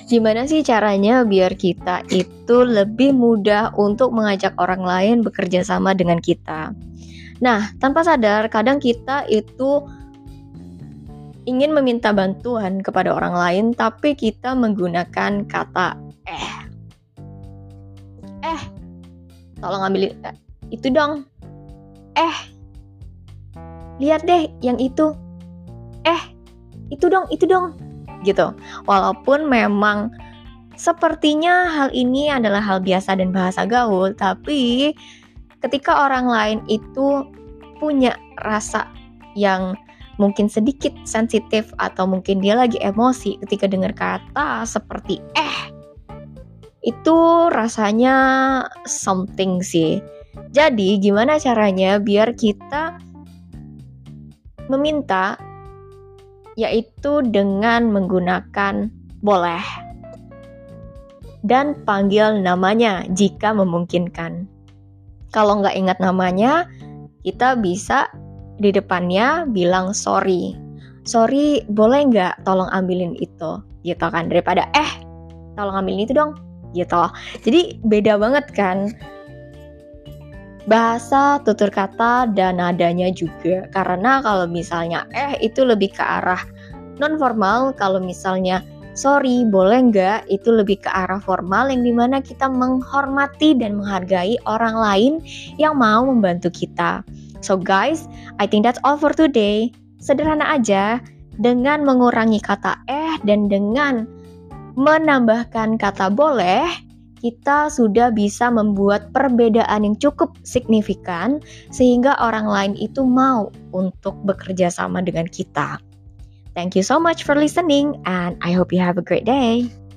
Gimana sih caranya biar kita itu lebih mudah untuk mengajak orang lain bekerja sama dengan kita? Nah, tanpa sadar kadang kita itu ingin meminta bantuan kepada orang lain, tapi kita menggunakan kata tolong ambilin itu dong. Lihat deh yang itu. Itu dong. Gitu. Walaupun memang sepertinya hal ini adalah hal biasa dan bahasa gaul, tapi ketika orang lain itu punya rasa yang mungkin sedikit sensitif atau mungkin dia lagi emosi ketika dengar kata seperti itu rasanya something sih. Jadi gimana caranya biar kita meminta, yaitu dengan menggunakan boleh dan panggil namanya jika memungkinkan. Kalau nggak ingat namanya, kita bisa di depannya bilang sorry, boleh nggak tolong ambilin itu, gitu kan, daripada tolong ambilin itu dong, gitu. Jadi beda banget kan bahasa, tutur kata, dan nadanya juga. Karena kalau misalnya itu lebih ke arah non-formal, kalau misalnya sorry, boleh nggak, itu lebih ke arah formal yang dimana kita menghormati dan menghargai orang lain yang mau membantu kita. So guys, I think that's all for today. Sederhana aja, dengan mengurangi kata dan dengan menambahkan kata boleh, kita sudah bisa membuat perbedaan yang cukup signifikan sehingga orang lain itu mau untuk bekerja sama dengan kita. Thank you so much for listening and I hope you have a great day.